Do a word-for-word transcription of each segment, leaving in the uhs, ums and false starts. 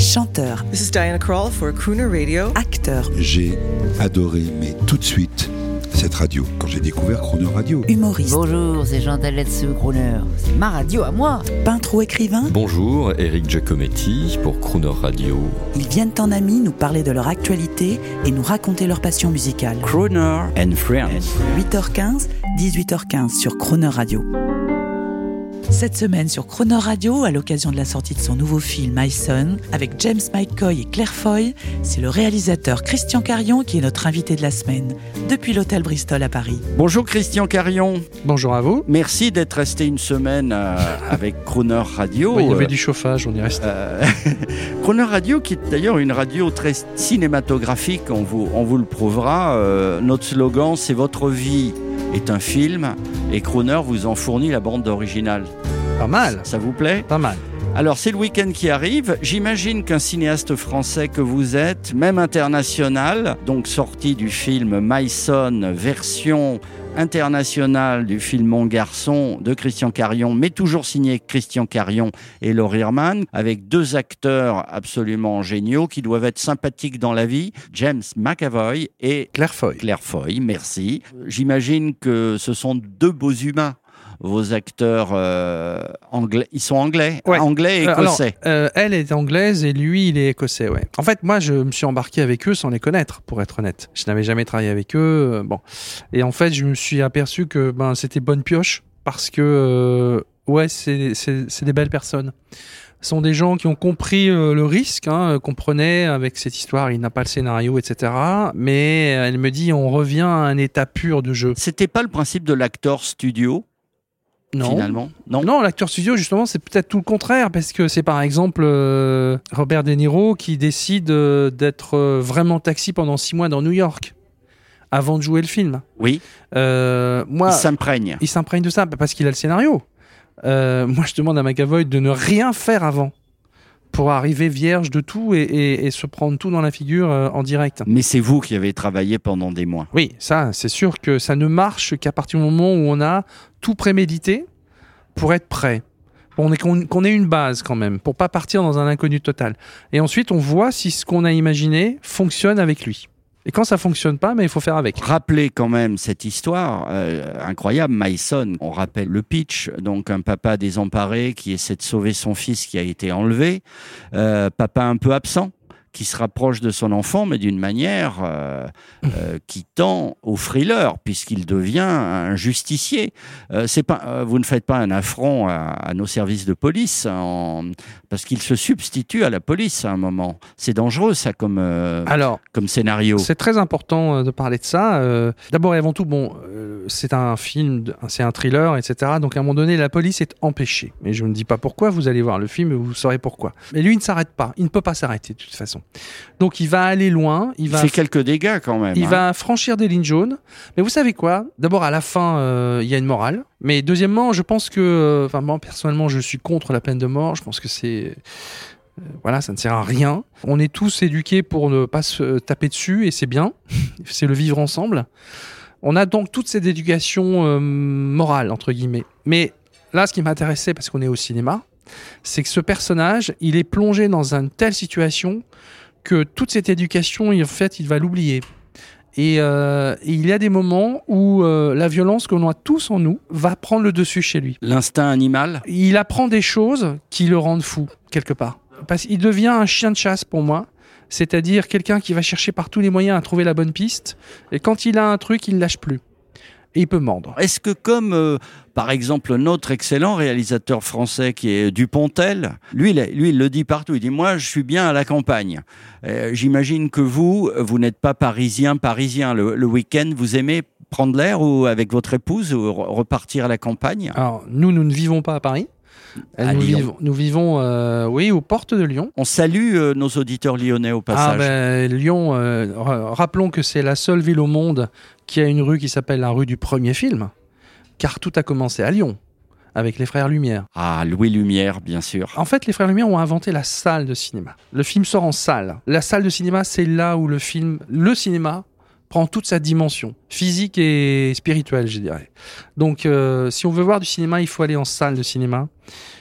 chanteur. This is Diana Krall for Crooner Radio. Acteur. J'ai adoré, mais tout de suite, cette radio, quand j'ai découvert Crooner Radio. Humoriste. Bonjour, c'est Jean Daletsu, Crooner. C'est ma radio à moi. Peintre ou écrivain. Bonjour, Eric Giacometti pour Crooner Radio. Ils viennent en amis nous parler de leur actualité et nous raconter leur passion musicale. Crooner and Friends. huit heures quinze, dix-huit heures quinze sur Crooner Radio. Cette semaine sur Crooner Radio, à l'occasion de la sortie de son nouveau film My Son, avec James McCoy et Claire Foy, c'est le réalisateur Christian Carion qui est notre invité de la semaine, depuis l'hôtel Bristol à Paris. Bonjour Christian Carion. Bonjour à vous. Merci d'être resté une semaine euh, avec Crooner Radio. Oui, il y avait du chauffage, on y reste. Euh, Crooner Radio, qui est d'ailleurs une radio très cinématographique, on vous, on vous le prouvera. Euh, notre slogan, c'est votre vie est un film, et Crooner vous en fournit la bande originale. Pas mal. Ça vous plaît ? Pas mal. Alors, c'est le week-end qui arrive. J'imagine qu'un cinéaste français que vous êtes, même international, donc sorti du film My Son, version internationale du film Mon Garçon de Christian Carion, mais toujours signé Christian Carion et Laure Irman, avec deux acteurs absolument géniaux qui doivent être sympathiques dans la vie, James McAvoy et Claire Foy. Claire Foy, merci. J'imagine que ce sont deux beaux humains. Vos acteurs euh, anglais, ils sont anglais, ouais. anglais et écossais. Alors, euh, elle est anglaise et lui, il est écossais. Ouais. En fait, moi, je me suis embarqué avec eux sans les connaître, pour être honnête. Je n'avais jamais travaillé avec eux. Euh, bon, et en fait, je me suis aperçu que ben c'était bonne pioche parce que euh, ouais, c'est, c'est c'est des belles personnes. Ce sont des gens qui ont compris euh, le risque hein, qu'on prenait avec cette histoire. Il n'a pas le scénario, et cetera. Mais elle me dit, on revient à un état pur de jeu. C'était pas le principe de l'acteur studio? Non. Finalement, non. Non, l'acteur studio, justement, c'est peut-être tout le contraire, parce que c'est par exemple euh, Robert De Niro qui décide euh, d'être euh, vraiment taxi pendant six mois dans New York, avant de jouer le film. Oui. Euh, moi, il s'imprègne. Il s'imprègne de ça, parce qu'il a le scénario. Euh, moi, je demande à McAvoy de ne rien faire avant, pour arriver vierge de tout et, et, et se prendre tout dans la figure euh, en direct. Mais c'est vous qui avez travaillé pendant des mois. Oui, ça, c'est sûr que ça ne marche qu'à partir du moment où on a tout prémédité pour être prêt. On est, qu'on, qu'on ait une base quand même, pour pas partir dans un inconnu total. Et ensuite, on voit si ce qu'on a imaginé fonctionne avec lui. Et quand ça fonctionne pas, mais il faut faire avec. Rappelez quand même cette histoire euh, incroyable, My Son. On rappelle le pitch, donc un papa désemparé qui essaie de sauver son fils qui a été enlevé, euh, papa un peu absent, qui se rapproche de son enfant, mais d'une manière euh, euh, qui tend au thriller, puisqu'il devient un justicier. Euh, c'est pas, euh, vous ne faites pas un affront à, à nos services de police, en, parce qu'il se substitue à la police à un moment. C'est dangereux, ça, comme, euh, Alors, comme scénario. C'est très important de parler de ça. Euh, d'abord et avant tout, bon, euh, c'est un film, c'est un thriller, et cetera. Donc à un moment donné, la police est empêchée. Mais je ne dis pas pourquoi, vous allez voir le film et vous saurez pourquoi. Mais lui, il ne s'arrête pas. Il ne peut pas s'arrêter, de toute façon. Donc il va aller loin. Il, il va fait quelques dégâts quand même. Il hein. va franchir des lignes jaunes. Mais vous savez quoi ? D'abord, à la fin, euh, il y a une morale. Mais deuxièmement, je pense que... Enfin, moi, personnellement, je suis contre la peine de mort. Je pense que c'est... Euh, voilà, ça ne sert à rien. On est tous éduqués pour ne pas se taper dessus, et c'est bien. C'est le vivre ensemble. On a donc toute cette éducation euh, morale, entre guillemets. Mais là, ce qui m'intéressait, parce qu'on est au cinéma, c'est que ce personnage, il est plongé dans une telle situation que toute cette éducation, en fait, il va l'oublier. Et, euh, et il y a des moments où euh, la violence que l'on a tous en nous va prendre le dessus chez lui. L'instinct animal. Il apprend des choses qui le rendent fou, quelque part. Parce qu'il devient un chien de chasse pour moi, c'est-à-dire quelqu'un qui va chercher par tous les moyens à trouver la bonne piste, et quand il a un truc, il ne lâche plus. Et il peut mordre. Est-ce que comme, euh, par exemple, notre excellent réalisateur français qui est Dupontel, lui, il, lui, il le dit partout, il dit « Moi, je suis bien à la campagne euh, ». J'imagine que vous, vous n'êtes pas parisien, parisien. Le, le week-end, vous aimez prendre l'air ou avec votre épouse ou repartir à la campagne ? Alors, nous, nous ne vivons pas à Paris. À nous, Lyon. vivons, nous vivons, euh, oui, aux portes de Lyon. On salue euh, nos auditeurs lyonnais au passage. Ah ben, Lyon, euh, rappelons que c'est la seule ville au monde qui a une rue qui s'appelle la rue du premier film, car tout a commencé à Lyon, avec les frères Lumière. Ah, Louis Lumière, bien sûr. En fait, les frères Lumière ont inventé la salle de cinéma. Le film sort en salle. La salle de cinéma, c'est là où le film, le cinéma, prend toute sa dimension physique et spirituelle, je dirais. Donc, euh, si on veut voir du cinéma, il faut aller en salle de cinéma.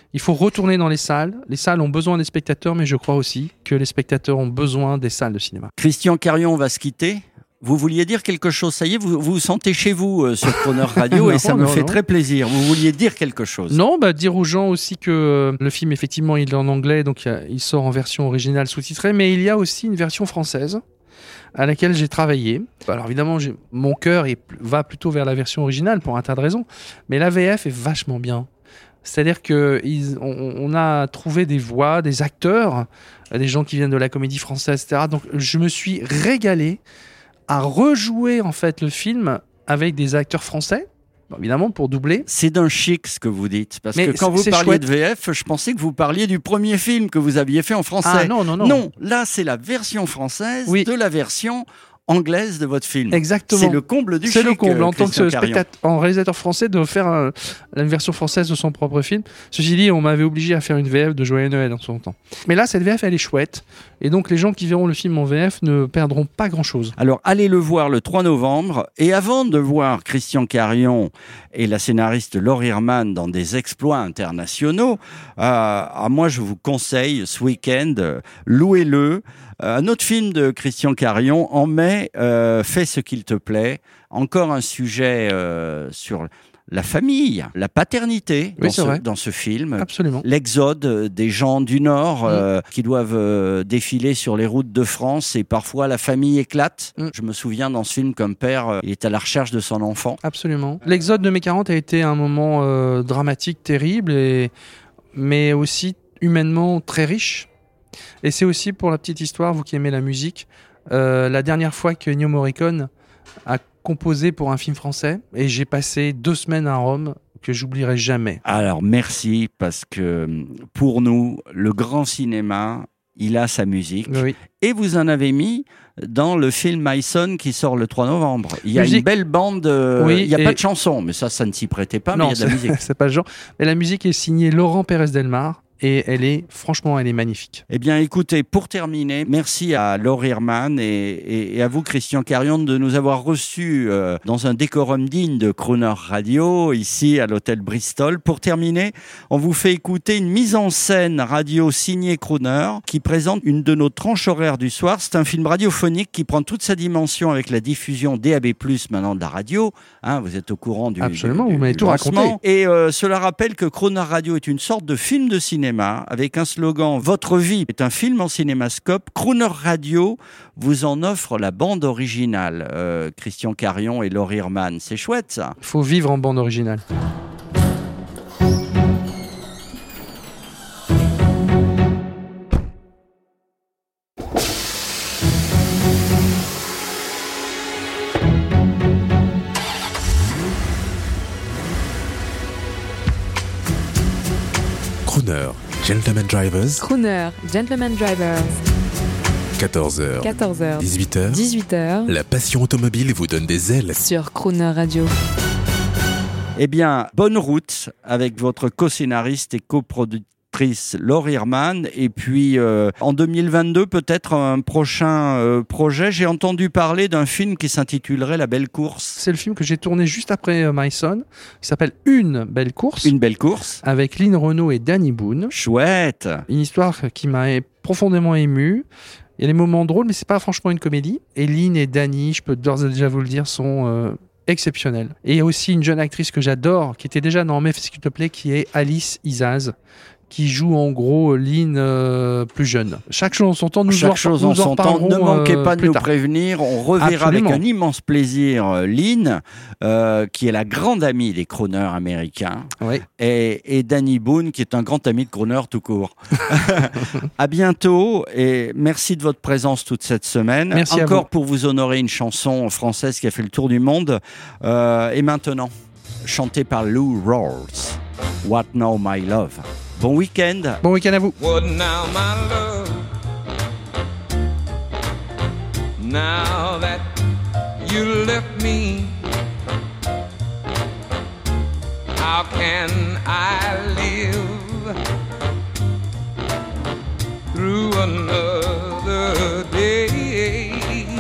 Il faut retourner dans les salles. Les salles ont besoin des spectateurs, mais je crois aussi que les spectateurs ont besoin des salles de cinéma. Christian Carion va se quitter. Vous vouliez dire quelque chose, ça y est, vous vous, vous sentez chez vous euh, sur Croner Radio non, et ça me non, fait non. très plaisir. Vous vouliez dire quelque chose. Non, bah dire aux gens aussi que euh, le film, effectivement, il est en anglais, donc il, y a- il sort en version originale sous-titrée, mais il y a aussi une version française à laquelle j'ai travaillé. Alors évidemment, j'ai- mon cœur est- va plutôt vers la version originale pour un tas de raisons, mais la V F est vachement bien. C'est-à-dire que ils- on, on a trouvé des voix, des acteurs, euh, des gens qui viennent de la comédie française, et cetera. Donc je me suis régalé à rejouer en fait le film avec des acteurs français, bon, évidemment pour doubler. C'est d'un chic ce que vous dites. Parce Mais que quand c'est- vous c'est parliez chouette. de V F, je pensais que vous parliez du premier film que vous aviez fait en français. Ah non, non, non. Non, là c'est la version française Oui. de la version anglaise de votre film. Exactement. C'est le comble du C'est chic. le comble. euh, En tant que Christian Carion. spectateur, en réalisateur français, de faire un- une version française de son propre film. Ceci dit, on m'avait obligé à faire une V F de Joyeux Noël en son temps. Mais là, cette V F, elle est chouette. Et donc, les gens qui verront le film en V F ne perdront pas grand-chose. Alors, allez le voir le trois novembre. Et avant de voir Christian Carion et la scénariste Laure Hirman dans des exploits internationaux, euh, à moi, je vous conseille ce week-end, euh, louez-le. Euh, un autre film de Christian Carion, en mai, euh, Fais ce qu'il te plaît. Encore un sujet euh, sur la famille, la paternité Oui, dans, c'est ce, vrai. dans ce film. Absolument. L'exode euh, des gens du Nord Mm. euh, qui doivent euh, défiler sur les routes de France et parfois la famille éclate. Mm. Je me souviens dans ce film qu'un père euh, il est à la recherche de son enfant. Absolument. L'exode de mai quarante a été un moment euh, dramatique, terrible, et... mais aussi humainement très riche. Et c'est aussi, pour la petite histoire, vous qui aimez la musique, euh, la dernière fois que Ennio Morricone a composé pour un film français, et j'ai passé deux semaines à Rome que j'oublierai jamais. Alors merci parce que pour nous, le grand cinéma, il a sa musique. Oui. Et vous en avez mis dans le film My Son qui sort le trois novembre. Il y a Musique. une belle bande, euh, Oui, il n'y a et- pas de chanson, mais ça, ça ne s'y prêtait pas, mais il y a de la c'est- musique. c'est pas le genre. Mais la musique est signée Laurent Pérez Delmar, et elle est, franchement, elle est magnifique. Eh bien, écoutez, pour terminer, merci à Laure Hirman et, et, et à vous, Christian Carion, de nous avoir reçus euh, dans un décorum digne de Croner Radio, ici à l'hôtel Bristol. Pour terminer, on vous fait écouter une mise en scène radio signée Croner qui présente une de nos tranches horaires du soir. C'est un film radiophonique qui prend toute sa dimension avec la diffusion D A B plus, maintenant de la radio. Hein, vous êtes au courant du Absolument, du- vous m'avez du tout lancement. raconté. Et euh, cela rappelle que Croner Radio est une sorte de film de cinéma avec un slogan « Votre vie est un film en cinémascope ». Croner Radio vous en offre la bande originale. Euh, Christian Carion et Laure Hirman, c'est chouette ça. Il faut vivre en bande originale. Crooner, Gentleman Drivers, Crooner, Gentleman Drivers, quatorze heures, quatorze heures, dix-huit heures. dix-huit heures, La passion automobile vous donne des ailes. sur Crooner Radio. Eh bien, bonne route avec votre co-scénariste et coproductrice Laure Hirman. Et puis, euh, en deux mille vingt-deux, peut-être un prochain euh, projet. J'ai entendu parler d'un film qui s'intitulerait La Belle Course. C'est le film que j'ai tourné juste après euh, My Son, qui s'appelle Une belle course, Une belle course. avec Lynn Renault et Danny Boone. Chouette. Une histoire qui m'a é- profondément ému. Il y a des moments drôles, mais c'est pas franchement une comédie. Et Lynn et Danny, je peux d'ores et déjà vous le dire, sont euh, exceptionnels. Et il y a aussi une jeune actrice que j'adore, qui était déjà dans Mais fais ce qu'il te plaît, qui est Alice Isaz, qui joue en gros Lynn euh, plus jeune. Chaque chose en son temps, nous Chaque en, chose nous en en son temps. reparlerons, Ne manquez euh, pas de plus nous tard. prévenir. On reverra Absolument. avec un immense plaisir euh, Lynn, euh, qui est la grande amie des Crooners américains, Oui. et, et Danny Boone, qui est un grand ami de Crooners tout court. À bientôt et merci de votre présence toute cette semaine. Merci à Encore vous. pour vous honorer une chanson française qui a fait le tour du monde. Euh, et maintenant, chantée par Lou Rawls, What Now My Love. Bon week-end. Bon week-end à vous. What now, my love? Now that you left me, how can I live through another day?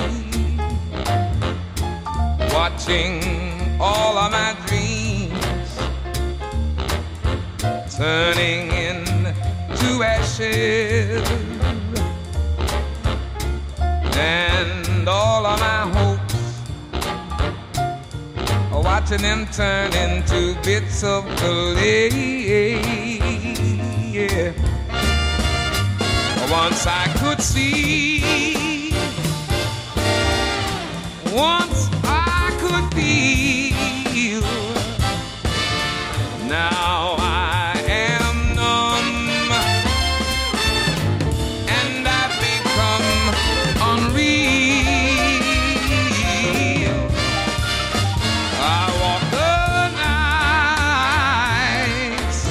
Watching all of my dreams turning in to ashes, and all of my hopes, watching them turn into bits of clay. Yeah. Once I could see, once I could feel, now I am numb, and I've become unreal. I walk the nights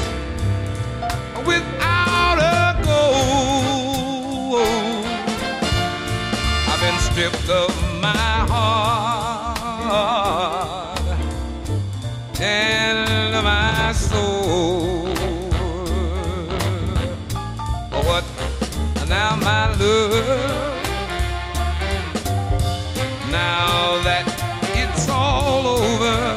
without a goal. I've been stripped of my heart and my soul. What now, my love? Now that it's all over,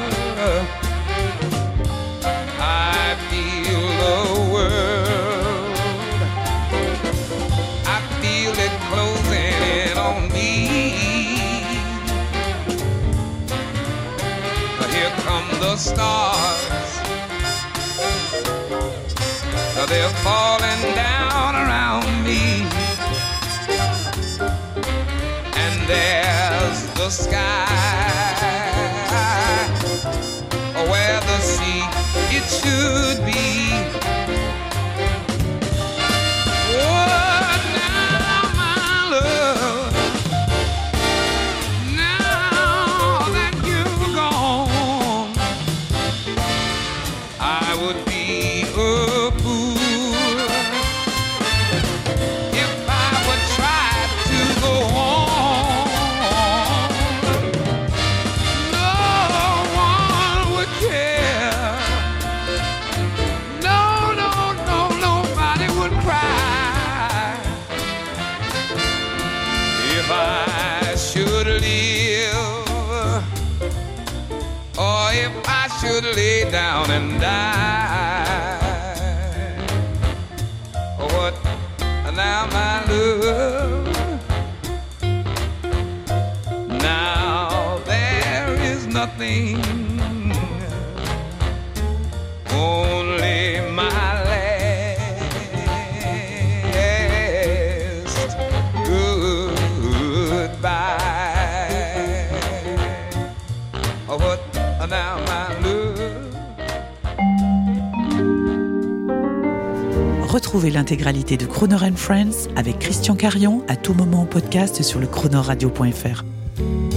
I feel the world, I feel it closing in on me. Here come the stars, they're falling down around me, and there's the sky where the sea it should be. Oh, now my love, now that you're gone, I would be a fool if I would try to go on. No one would care. No, no, no, nobody would cry if I should live, or if I should lay down and die. What now, my love? Now there is nothing, only my last goodbye. What now, my love? Retrouvez l'intégralité de Crooner and Friends avec Christian Carion à tout moment en podcast sur le crooner radio point f r.